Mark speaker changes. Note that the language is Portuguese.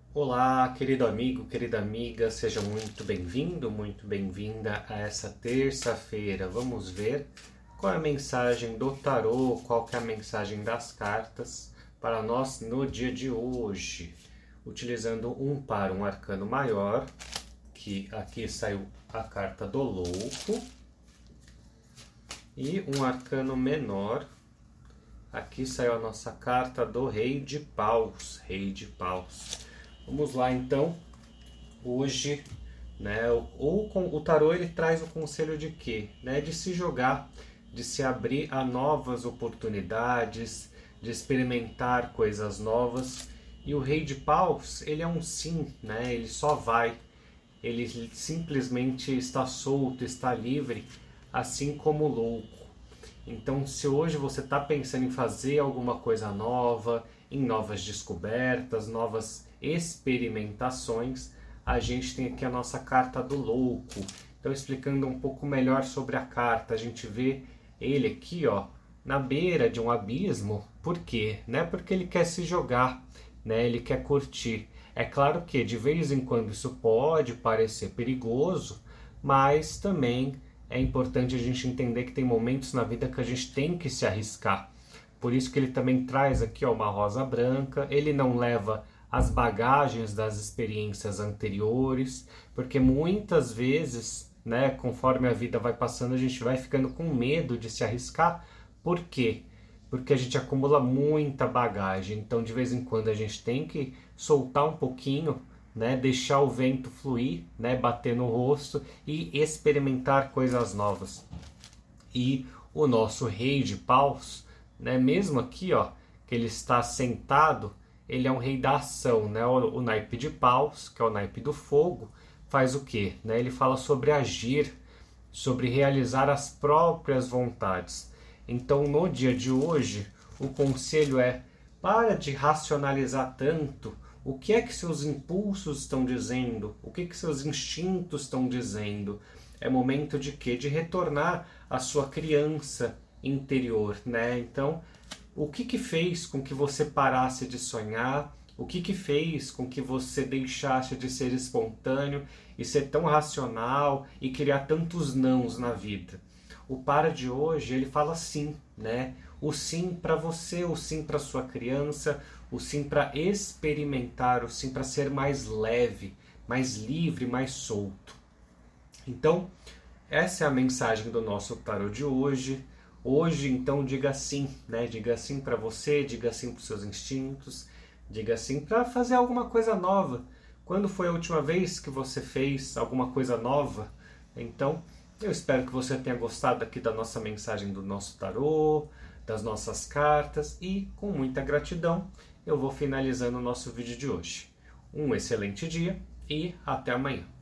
Speaker 1: Olá, querido amigo, querida amiga, seja muito bem-vindo, muito bem-vinda a essa terça-feira. Vamos ver qual é a mensagem do tarô, qual que é a mensagem das cartas para nós no dia de hoje. Utilizando um par, um arcano maior, que aqui saiu a carta do louco, e um arcano menor, aqui saiu a nossa carta do rei de paus, Vamos lá então, hoje, né, o tarô ele traz o conselho de quê? Né, de se jogar, de se abrir a novas oportunidades, de experimentar coisas novas. E o rei de paus, ele é um sim, né, ele só vai, ele simplesmente está solto, está livre, assim como o louco. Então, se hoje você está pensando em fazer alguma coisa nova, em novas descobertas, novas experimentações, a gente tem aqui a nossa carta do louco. Então, explicando um pouco melhor sobre a carta, a gente vê ele aqui, ó, na beira de um abismo. Por quê? Né? Porque ele quer se jogar, né? Ele quer curtir. É claro que de vez em quando isso pode parecer perigoso, mas também é importante a gente entender que tem momentos na vida que a gente tem que se arriscar. Por isso que ele também traz aqui, ó, uma rosa branca. Ele não leva as bagagens das experiências anteriores, porque muitas vezes, né, conforme a vida vai passando, a gente vai ficando com medo de se arriscar. Por quê? Porque a gente acumula muita bagagem. Então, de vez em quando, a gente tem que soltar um pouquinho, né, deixar o vento fluir, né, bater no rosto e experimentar coisas novas. E o nosso rei de paus, né, mesmo aqui, ó, que ele está sentado, ele é um rei da ação, né? O naipe de paus, que é o naipe do fogo, faz o quê? Né? Ele fala sobre agir, sobre realizar as próprias vontades. Então, no dia de hoje, o conselho é: para de racionalizar tanto. O que é que seus impulsos estão dizendo? O que seus instintos estão dizendo? É momento de quê? De retornar à sua criança interior, né? Então, o que fez com que você parasse de sonhar? O que fez com que você deixasse de ser espontâneo e ser tão racional e criar tantos nãos na vida? O para de hoje, ele fala sim, né? O sim para você, o sim para sua criança, o sim para experimentar, o sim para ser mais leve, mais livre, mais solto. Então, essa é a mensagem do nosso tarô de hoje. Hoje, então, diga sim, né? Diga sim para você, diga sim para os seus instintos, diga sim para fazer alguma coisa nova. Quando foi a última vez que você fez alguma coisa nova? Então, eu espero que você tenha gostado aqui da nossa mensagem do nosso tarô, das nossas cartas, e com muita gratidão eu vou finalizando o nosso vídeo de hoje. Um excelente dia e até amanhã.